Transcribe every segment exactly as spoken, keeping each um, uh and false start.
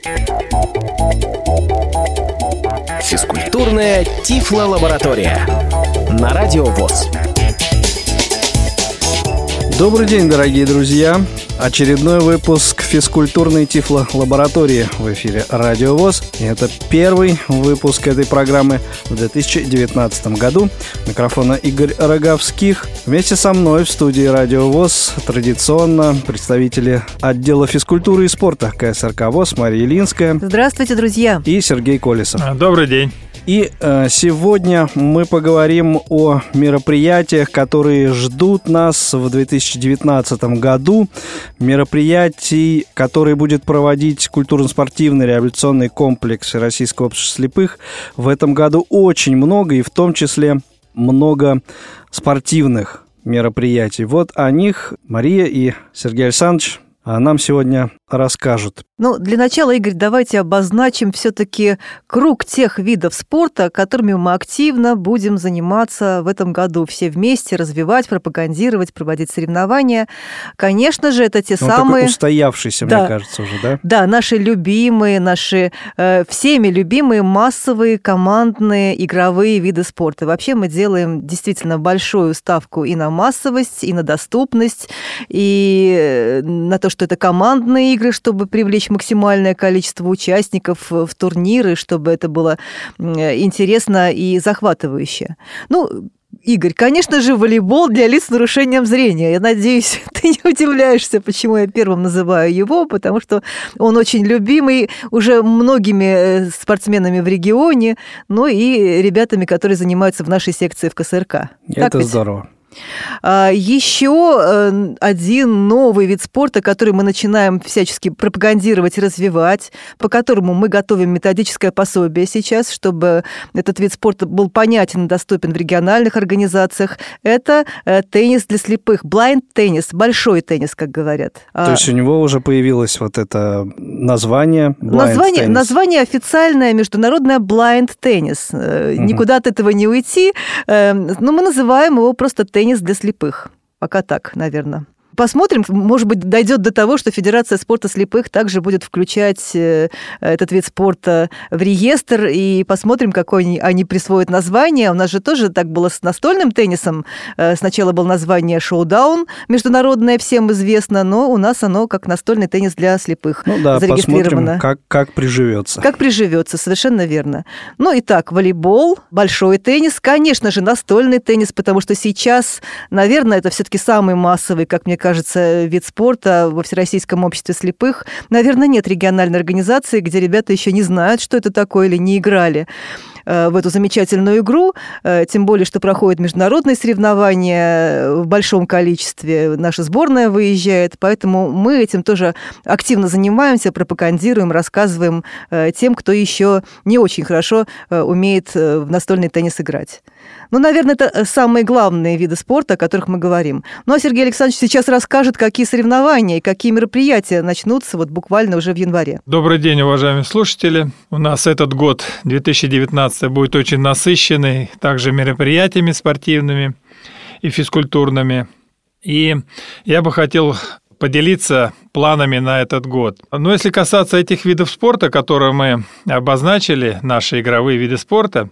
Физкультурная Тифло-лаборатория на Радио ВОС. Добрый день, дорогие друзья! Очередной выпуск физкультурной Тифло-лаборатории в эфире Радио ВОС. И это первый выпуск этой программы в две тысячи девятнадцатом году. Микрофона Игорь Роговских. Вместе со мной в студии Радио ВОС традиционно представители отдела физкультуры и спорта ка эс эр ка ВОС Мария Ильинская. Здравствуйте, друзья! И Сергей Колесов. Добрый день! И э, сегодня мы поговорим о мероприятиях, которые ждут нас в две тысячи девятнадцатом году. Мероприятий, которые будет проводить культурно-спортивный реабилитационный комплекс Всероссийского общества слепых. В этом году очень много, и в том числе много спортивных мероприятий. Вот о них Мария и Сергей Александрович нам сегодня расскажут. Ну, для начала, Игорь, давайте обозначим все-таки круг тех видов спорта, которыми мы активно будем заниматься в этом году. Все вместе развивать, пропагандировать, проводить соревнования. Конечно же, это те ну, самые... такой устоявшийся, да, мне кажется, уже, да? Да, наши любимые, наши э, всеми любимые массовые, командные, игровые виды спорта. Вообще мы делаем действительно большую ставку и на массовость, и на доступность, и на то, что это командные игры, чтобы привлечь максимальное количество участников в турниры, чтобы это было интересно и захватывающе. Ну, Игорь, конечно же, волейбол для лиц с нарушением зрения. Я надеюсь, ты не удивляешься, почему я первым называю его, потому что он очень любимый уже многими спортсменами в регионе, ну и ребятами, которые занимаются в нашей секции в ка эс эр ка. Это здорово. Еще один новый вид спорта, который мы начинаем всячески пропагандировать и развивать, по которому мы готовим методическое пособие сейчас, чтобы этот вид спорта был понятен и доступен в региональных организациях, это теннис для слепых, blind теннис, большой теннис, как говорят. То есть у него уже появилось вот это название blind название, теннис. Название официальное, международное blind теннис. Угу. Никуда от этого не уйти, но мы называем его просто теннис для слепых. Пока так, наверное. Посмотрим, может быть, дойдет до того, что Федерация спорта слепых также будет включать этот вид спорта в реестр, и посмотрим, какое они присвоят название. У нас же тоже так было с настольным теннисом. Сначала было название «Шоудаун», международное, всем известно, но у нас оно как настольный теннис для слепых ну да, зарегистрировано. Посмотрим, как, как приживется. Как приживется, совершенно верно. Ну и так, волейбол, большой теннис, конечно же, настольный теннис, потому что сейчас, наверное, это все-таки самый массовый, как мне кажется, кажется, вид спорта во Всероссийском обществе слепых. Наверное, нет региональной организации, где ребята еще не знают, что это такое, или не играли в эту замечательную игру, тем более, что проходят международные соревнования в большом количестве, наша сборная выезжает, поэтому мы этим тоже активно занимаемся, пропагандируем, рассказываем тем, кто еще не очень хорошо умеет в настольный теннис играть. Ну, наверное, это самые главные виды спорта, о которых мы говорим. Ну, а Сергей Александрович сейчас расскажет, какие соревнования и какие мероприятия начнутся вот буквально уже в январе. Добрый день, уважаемые слушатели. У нас этот год, две тысячи девятнадцатый, будет очень насыщенный также мероприятиями спортивными и физкультурными. И я бы хотел поделиться планами на этот год. Но если касаться этих видов спорта, которые мы обозначили, наши игровые виды спорта,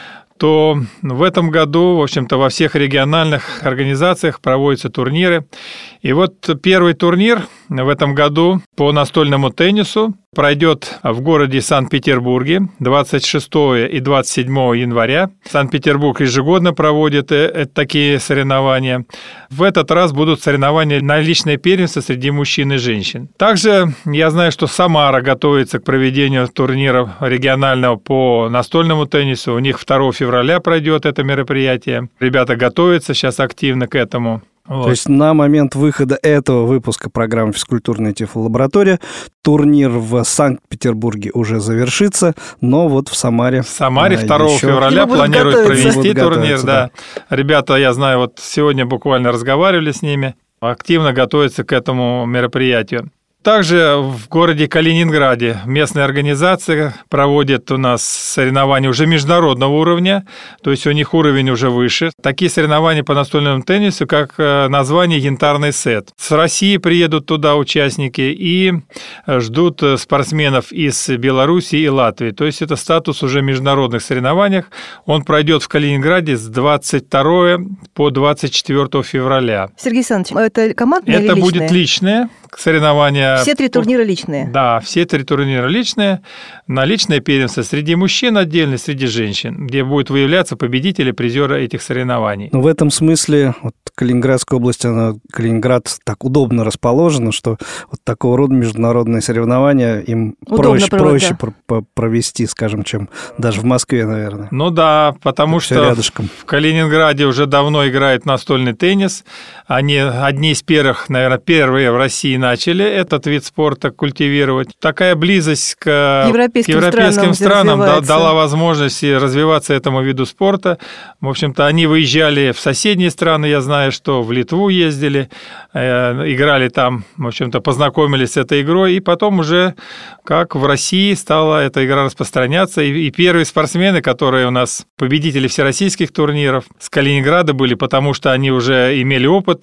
то в этом году, в общем-то, во всех региональных организациях проводятся турниры. И вот первый турнир в этом году по настольному теннису пройдет в городе Санкт-Петербурге двадцать шестого и двадцать седьмого января. Санкт-Петербург ежегодно проводит такие соревнования. В этот раз будут соревнования на личное первенство среди мужчин и женщин. Также я знаю, что Самара готовится к проведению турнира регионального по настольному теннису. У них второго февраля пройдет это мероприятие. Ребята готовятся сейчас активно к этому. Вот. То есть на момент выхода этого выпуска программы «Физкультурная Тифло-лаборатория» турнир в Санкт-Петербурге уже завершится, но вот в Самаре... В Самаре да, второго февраля планируют готовиться. провести турнир. Да. Да. Ребята, я знаю, вот сегодня буквально разговаривали с ними, активно готовятся к этому мероприятию. Также в городе Калининграде местная организация проводит у нас соревнования уже международного уровня, то есть у них уровень уже выше. Такие соревнования по настольному теннису, как название «Янтарный сет». С России приедут туда участники и ждут спортсменов из Беларуси и Латвии. То есть это статус уже международных соревнований. Он пройдет в Калининграде с двадцать второго по двадцать четвёртого февраля. Сергей Александрович, это командное или Это личное? будет личное соревнование. Все три турнира личные? Да, все три турнира личные. На личное первенство среди мужчин отдельно, среди женщин, где будут выявляться победители, призеры этих соревнований. Ну, в этом смысле вот, Калининградская область, она, Калининград так удобно расположена, что вот такого рода международные соревнования им удобно проще, проще да. провести, скажем, чем даже в Москве, наверное. Ну да, потому это что рядышком. В Калининграде уже давно играет настольный теннис. Они одни из первых, наверное, первые в России начали этот вид спорта культивировать. Такая близость к европейским, европейским странам, странам дала возможность развиваться этому виду спорта. В общем-то, они выезжали в соседние страны, я знаю, что в Литву ездили, играли там, в общем-то, познакомились с этой игрой, и потом уже, как в России, стала эта игра распространяться. И первые спортсмены, которые у нас победители всероссийских турниров, с Калининграда были, потому что они уже имели опыт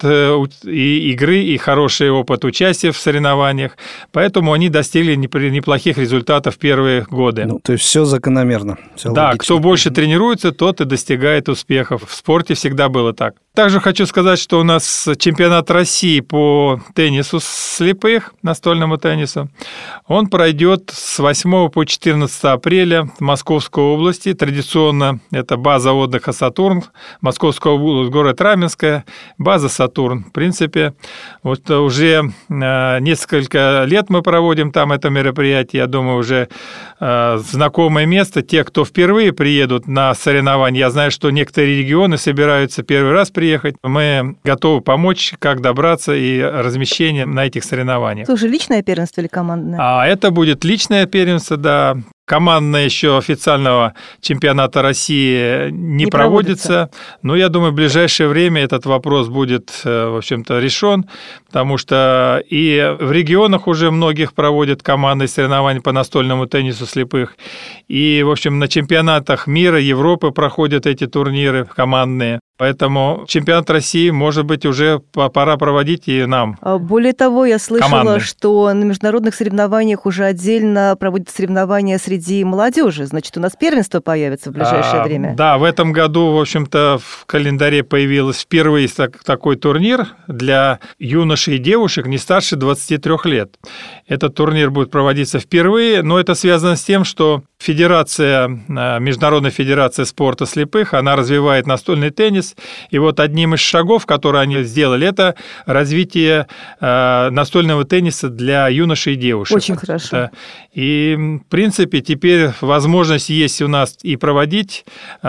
и игры, и хороший опыт участия в соревнованиях, поэтому они достигли неплохих результатов в первые годы. Ну, то есть все закономерно. Все да, логично. Кто больше тренируется, тот и достигает успехов. В спорте всегда было так. Также хочу сказать, что у нас чемпионат России по теннису слепых, настольному теннису, он пройдет с восьмого по четырнадцатое апреля в Московской области. Традиционно это база отдыха «Сатурн», Московская область, город Раменская, база «Сатурн». В принципе, вот уже несколько лет мы проводим там это мероприятие. Я думаю, уже знакомое место. Те, кто впервые приедут на соревнования, я знаю, что некоторые регионы собираются первый раз приехать. Мы готовы помочь, как добраться и размещение на этих соревнованиях. Слушай, личное первенство или командное? А это будет личное первенство, да. Командное еще официального чемпионата России не, не проводится. проводится. Но я думаю, в ближайшее время этот вопрос будет, в общем-то, решен, потому что и в регионах уже многих проводят командные соревнования по настольному теннису слепых. И, в общем, на чемпионатах мира, Европы проходят эти турниры командные. Поэтому чемпионат России, может быть, уже пора проводить и нам. Более того, я слышала, командный. Что на международных соревнованиях уже отдельно проводят соревнования среди молодежи. Значит, у нас первенство появится в ближайшее а, время. Да, в этом году, в общем-то, в календаре появился впервые такой турнир для юношей и девушек не старше двадцати трёх лет. Этот турнир будет проводиться впервые, но это связано с тем, что Федерация, Международная федерация спорта слепых, она развивает настольный теннис. И вот одним из шагов, которые они сделали, это развитие настольного тенниса для юношей и девушек. Очень хорошо. И, в принципе, теперь возможность есть у нас и проводить,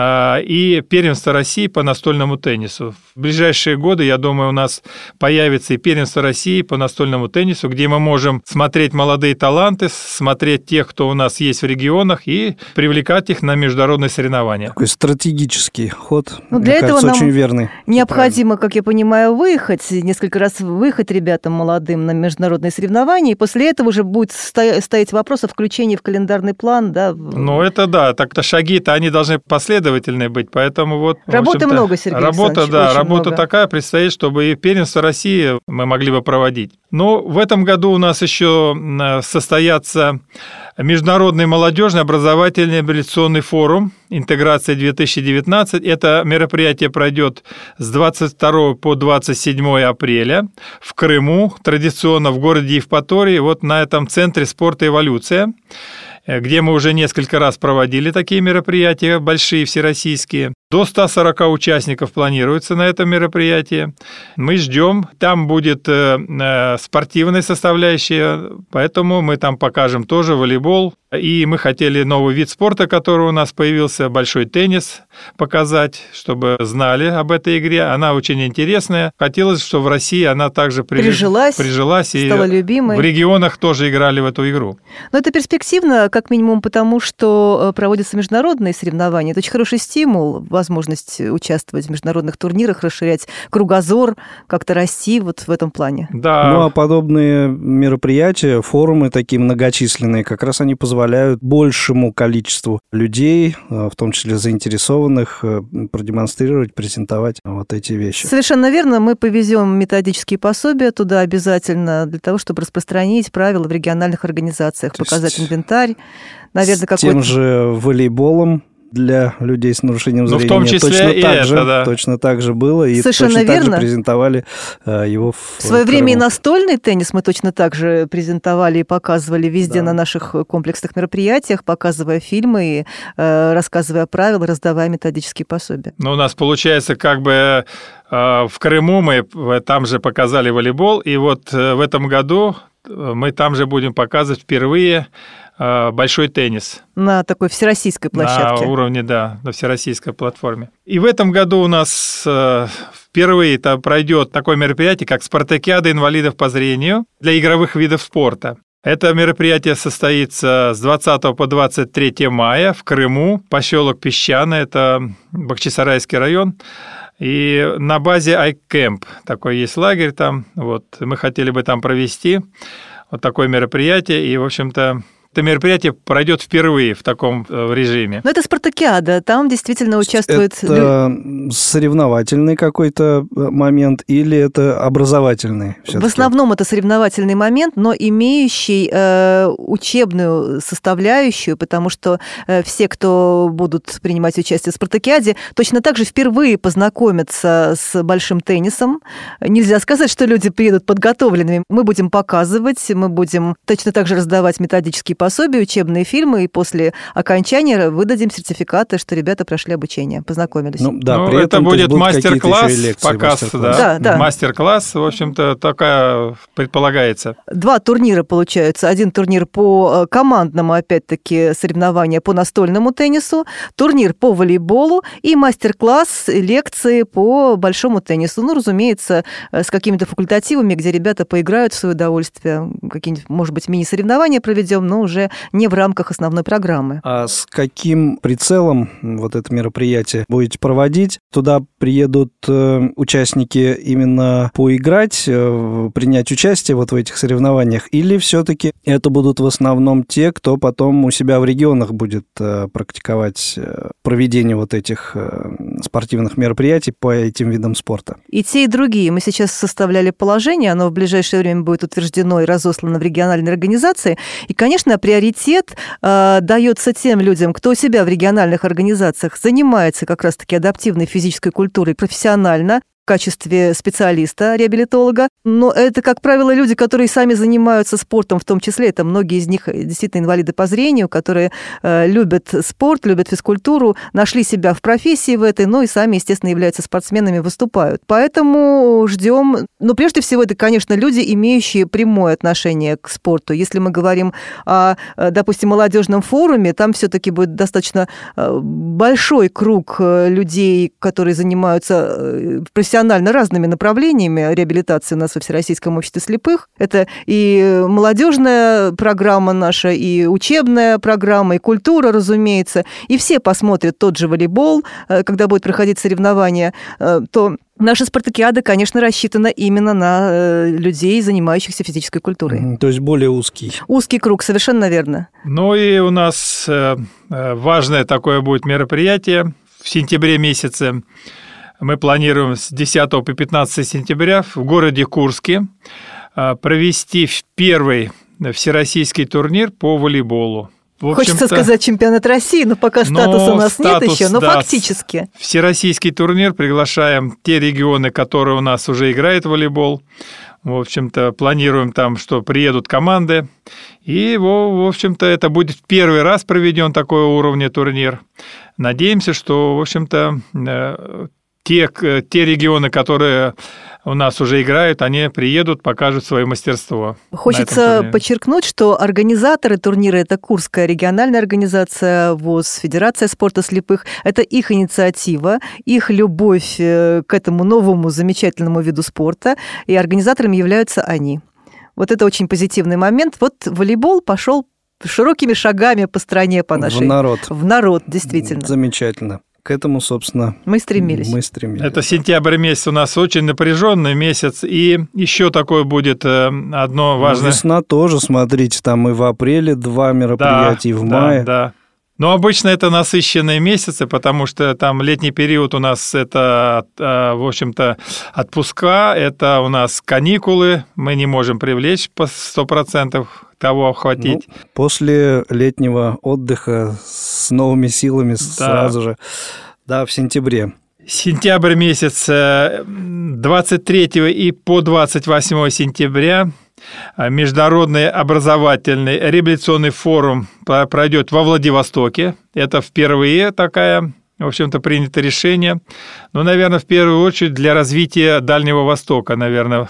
и первенство России по настольному теннису. В ближайшие годы, я думаю, у нас появится и первенство России по настольному теннису, где мы можем смотреть молодые таланты, смотреть тех, кто у нас есть в регионах, и привлекать их на международные соревнования. Такой стратегический ход, ну, для мне этого кажется, нам очень верный. Необходимо, как я понимаю, выехать, несколько раз выехать ребятам молодым на международные соревнования, и после этого уже будет стоять вопрос о включении в календарный план. Да? Ну, это да, так-то шаги-то, они должны последовательные быть, поэтому вот... Работы много, Сергей Работа, Александрович, да, очень работа много. такая предстоит, чтобы и первенство России мы могли бы проводить. Но в этом году у нас еще состоятся Международный молодежный образовательный реабилитационный форум «Интеграция-две тысячи девятнадцать». Это мероприятие пройдет с двадцать второго по двадцать седьмое апреля в Крыму, традиционно в городе Евпатории, вот на этом центре спорта «Эволюция», где мы уже несколько раз проводили такие мероприятия, большие, всероссийские. До ста сорока участников планируется на этом мероприятии. Мы ждем. Там будет спортивная составляющая, поэтому мы там покажем тоже волейбол. И мы хотели новый вид спорта, который у нас появился, большой теннис, показать, чтобы знали об этой игре. Она очень интересная. Хотелось, чтобы в России она также прижилась, прижилась стала и любимой. В регионах тоже играли в эту игру. Но это перспективно, как минимум, потому что проводятся международные соревнования. Это очень хороший стимул. возможность участвовать в международных турнирах, расширять кругозор, как-то расти вот в этом плане. Да. Ну, а подобные мероприятия, форумы такие многочисленные, как раз они позволяют большему количеству людей, в том числе заинтересованных, продемонстрировать, презентовать вот эти вещи. Совершенно верно. Мы повезем методические пособия туда обязательно для того, чтобы распространить правила в региональных организациях, То показать есть инвентарь. Наверное, с какой-то... тем же волейболом для людей с нарушением Ну, зрения. в том числе точно и так это, же, да. Точно так же было. И Совершенно точно так верно. же презентовали э, его в В свое время и Крыму. настольный теннис мы точно так же презентовали и показывали везде Да. на наших комплексных мероприятиях, показывая фильмы, и, э, рассказывая правила, раздавая методические пособия. Ну, у нас получается как бы э, в Крыму мы там же показали волейбол, и вот э, в этом году мы там же будем показывать впервые э, большой теннис. На такой всероссийской площадке. На уровне, да, на всероссийской платформе. И в этом году у нас э, впервые там пройдет такое мероприятие, как спартакиада инвалидов по зрению для игровых видов спорта. Это мероприятие состоится с двадцатого по двадцать третье мая в Крыму, поселок Песчаный, это Бахчисарайский район. И на базе iCamp, такой есть лагерь там, вот, мы хотели бы там провести вот такое мероприятие, и, в общем-то, это мероприятие пройдет впервые в таком режиме. Но это спартакиада, там действительно участвуют... Это соревновательный какой-то момент или это образовательный? В основном это соревновательный момент, но имеющий э, учебную составляющую, потому что э, все, кто будут принимать участие в спартакиаде, точно так же впервые познакомятся с большим теннисом. Нельзя сказать, что люди приедут подготовленными. Мы будем показывать, мы будем точно так же раздавать методические пособия, учебные фильмы, и после окончания выдадим сертификаты, что ребята прошли обучение, познакомились. Ну, да, ну, при это этом, будет мастер-класс, лекции, показ, мастер-класс. да, Да, да. мастер-класс, в общем-то, такая предполагается. Два турнира получаются. Один турнир по командному, опять-таки, соревнования по настольному теннису, турнир по волейболу и мастер-класс, лекции по большому теннису. Ну, разумеется, с какими-то факультативами, где ребята поиграют в свое удовольствие, какие-нибудь, может быть, мини-соревнования проведем, но уже не в рамках основной программы. А с каким прицелом вот это мероприятие будете проводить? Туда приедут э, участники именно поиграть, э, принять участие вот в этих соревнованиях, или все-таки это будут в основном те, кто потом у себя в регионах будет э, практиковать э, проведение вот этих э, спортивных мероприятий по этим видам спорта? И те, и другие. Мы сейчас составляли положение, оно в ближайшее время будет утверждено и разослано в региональные организации. И, конечно, приоритет э, дается тем людям, кто у себя в региональных организациях занимается как раз-таки адаптивной физической культурой профессионально, в качестве специалиста, реабилитолога. Но это, как правило, люди, которые сами занимаются спортом, в том числе, это многие из них действительно инвалиды по зрению, которые э, любят спорт, любят физкультуру, нашли себя в профессии в этой, ну и сами, естественно, являются спортсменами, выступают. Поэтому ждем... Но прежде всего, это, конечно, люди, имеющие прямое отношение к спорту. Если мы говорим о, допустим, молодежном форуме, там все-таки будет достаточно большой круг людей, которые занимаются профессионально разными направлениями реабилитации у нас во Всероссийском обществе слепых. Это и молодежная программа наша, и учебная программа, и культура, разумеется. И все посмотрят тот же волейбол, когда будет проходить соревнования, то наша спартакиада, конечно, рассчитана именно на людей, занимающихся физической культурой. То есть более узкий. Узкий круг, совершенно верно. Ну и у нас важное такое будет мероприятие в сентябре месяце. Мы планируем с десятого по пятнадцатое сентября в городе Курске провести первый всероссийский турнир по волейболу. Хочется сказать чемпионат России, но пока статуса у нас статус, нет еще, но да, фактически. Всероссийский турнир, приглашаем те регионы, которые у нас уже играют в волейбол. В общем-то, планируем там, что приедут команды. И, в общем-то, это будет первый раз проведен такой уровня турнир. Надеемся, что, в общем-то, те, те регионы, которые у нас уже играют, они приедут, покажут свое мастерство. Хочется подчеркнуть, что организаторы турнира – это Курская региональная организация ВОС, Федерация спорта слепых. Это их инициатива, их любовь к этому новому замечательному виду спорта, и организаторами являются они. Вот это очень позитивный момент. Вот волейбол пошел широкими шагами по стране, по нашей. В народ. В народ, действительно. Замечательно. к этому, собственно, мы стремились. Мы стремились. Это сентябрь месяц у нас очень напряженный месяц, и еще такое будет одно важное... Ну, весна тоже, смотрите, там и в апреле два мероприятия, да, и в да, мае. Да. Но обычно это насыщенные месяцы, потому что там летний период у нас это, в общем-то, отпуска, это у нас каникулы, мы не можем привлечь по сто процентов того охватить. Ну, после летнего отдыха с новыми силами, да, сразу же, да, в сентябре. Сентябрь месяц, двадцать третьего и по двадцать восьмого сентября Международный образовательный реабилитационный форум пройдет во Владивостоке. Это впервые такая, в общем-то, принято решение. Но, наверное, в первую очередь для развития Дальнего Востока, наверное,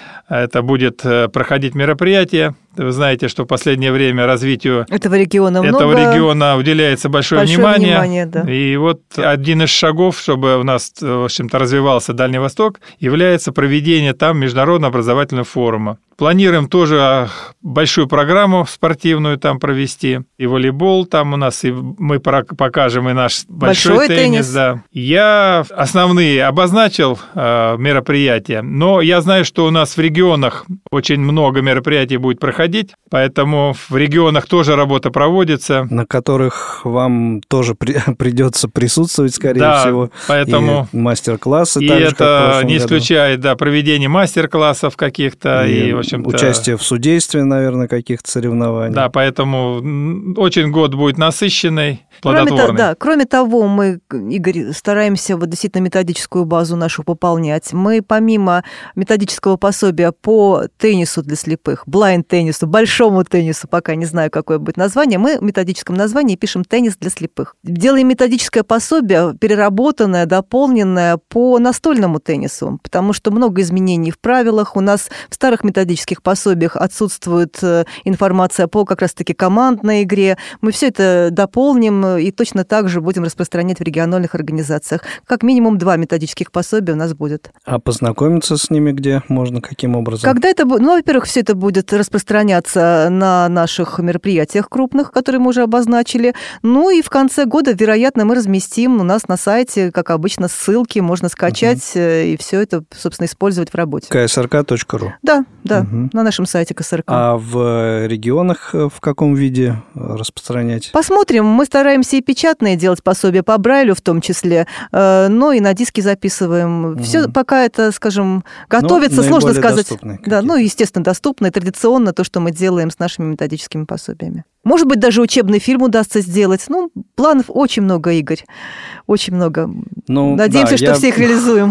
это будет проходить мероприятие. Вы знаете, что в последнее время развитию этого региона, этого много... региона уделяется большое, большое внимание. внимание, да. И вот один из шагов, чтобы у нас, в общем-то, развивался Дальний Восток, является проведение там международного образовательного форума. Планируем тоже большую программу спортивную там провести. И волейбол там у нас, и мы покажем и наш большой, большой теннис. теннис. Да. Я основные обозначил э, мероприятия, но я знаю, что у нас в регионах очень много мероприятий будет проходить, поэтому в регионах тоже работа проводится. На которых вам тоже при, придется присутствовать, скорее да, всего. Поэтому и мастер-классы. И так же, это не исключает, да, проведение мастер-классов каких-то. И, и в общем-то, участие в судействе, наверное, каких-то соревнований. Да, поэтому очень год будет насыщенный, плодотворный. Кроме, да, кроме того, мы, Игорь, стараемся вот действительно методическую базу нашу пополнять. Мы помимо методического пособия по теннису для слепых, блайнд-теннису, большому теннису, пока не знаю, какое будет название, мы в методическом названии пишем «теннис для слепых». Делаем методическое пособие, переработанное, дополненное по настольному теннису, потому что много изменений в правилах. У нас в старых методических пособиях отсутствует информация по как раз-таки командной игре. Мы все это дополним и точно так же будем распространять в региональных организациях. Как минимум два методических пособия у нас будет. А познакомиться с ними где можно, каким образом? Когда это будет? Ну, во-первых, все это будет распространяться на наших мероприятиях крупных, которые мы уже обозначили. Ну и в конце года, вероятно, мы разместим у нас на сайте, как обычно, ссылки, можно скачать угу. и все это, собственно, использовать в работе. ка эс эр ка точка ру. Да, да, угу. на нашем сайте ка эс эр ка. А в регионах в каком виде распространять? Посмотрим. Мы стараемся и печатные делать пособия по Брайлю в том числе, но и на диски записываем. Угу. Все пока это, скажем, готовится, ну, сложно сказать. Да, ну, естественно, доступно и традиционно то, что мы делаем с нашими методическими пособиями. Может быть, даже учебный фильм удастся сделать. Ну, планов очень много, Игорь. Очень много. Ну, надеемся, да, что я... все их реализуем.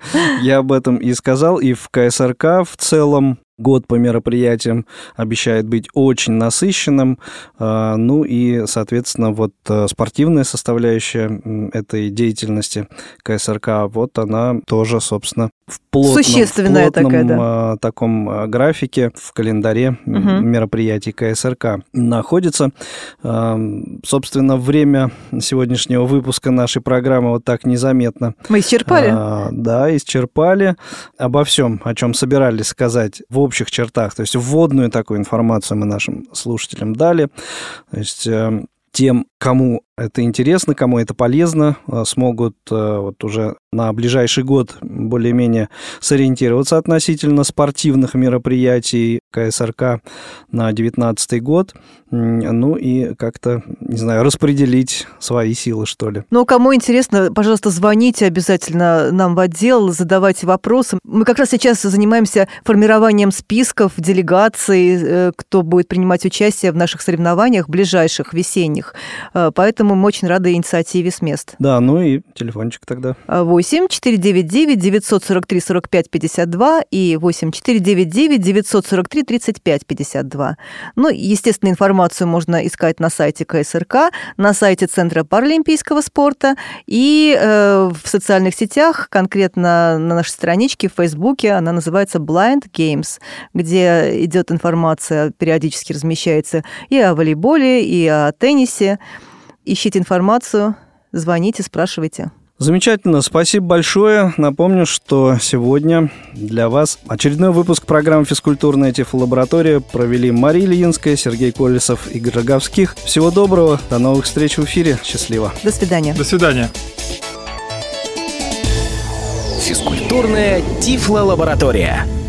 Я об этом и сказал. И в ка эс эр ка в целом год по мероприятиям обещает быть очень насыщенным. Ну и, соответственно, вот спортивная составляющая этой деятельности ка эс эр ка, вот она тоже, собственно, в плотном, в плотном такая, да. таком графике, в календаре угу. мероприятий ка эс эр ка находится. Собственно, время сегодняшнего выпуска нашей программы вот так незаметно. Мы исчерпали. А, да, исчерпали. Обо всем, о чем собирались сказать в общих чертах, то есть вводную такую информацию мы нашим слушателям дали. То есть тем, кому это интересно, кому это полезно, смогут вот уже на ближайший год более-менее сориентироваться относительно спортивных мероприятий ка эс эр ка на девятнадцатый год, ну и как-то, не знаю, распределить свои силы, что ли. Ну, кому интересно, пожалуйста, звоните обязательно нам в отдел, задавайте вопросы. Мы как раз сейчас занимаемся формированием списков делегаций, кто будет принимать участие в наших соревнованиях ближайших, весенних. Поэтому мы очень рады инициативе с мест. Да, ну и телефончик тогда. восемь четыреста девяносто девять девятьсот сорок три сорок пять пятьдесят два и восемь четыреста девяносто девять девятьсот сорок три тридцать пять пятьдесят два. Ну, естественно, информацию можно искать на сайте ка эс эр ка, на сайте Центра паралимпийского спорта и э, в социальных сетях, конкретно на нашей страничке в Фейсбуке, она называется Blind Games, где идет информация, периодически размещается и о волейболе, и о теннисе. Ищите информацию, звоните, спрашивайте. Замечательно, спасибо большое. Напомню, что сегодня для вас очередной выпуск программы «Физкультурная тифлолаборатория» провели Мария Ильинская, Сергей Колесов, Игорь Роговских. Всего доброго, до новых встреч в эфире. Счастливо. До свидания. До свидания. Физкультурная Тифло-лаборатория.